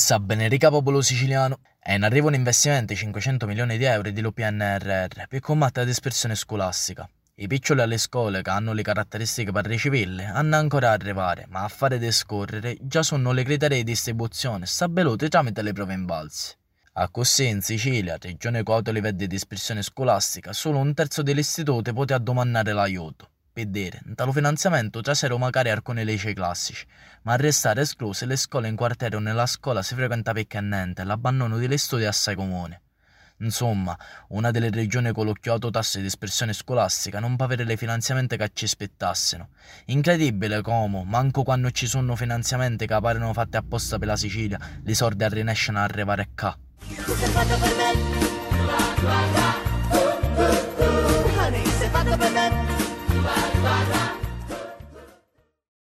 Sa bene rica popolo siciliano, è in arrivo un investimento di 500 milioni di euro di PNRR per combattere la dispersione scolastica. I piccoli alle scuole che hanno le caratteristiche per ricevere hanno ancora a arrivare, ma a fare descorrere già sono le criteri di distribuzione stabilite tramite le prove invalsi. A così in Sicilia, regione con alto livello di dispersione scolastica, solo un terzo degli istituti poteva domandare l'aiuto. Per dire, in tale finanziamento trasero magari alcuni licei classici, ma a restare escluse le scuole in quartiere o nella scuola si frequenta peccannente e l'abbandono degli studi è assai comune. Insomma, una delle regioni con l'occhiato tasso di dispersione scolastica non può avere i finanziamenti che ci aspettassero. Incredibile come, manco quando ci sono finanziamenti che appaiono fatti apposta per la Sicilia, i soldi riescono a arrivare qua.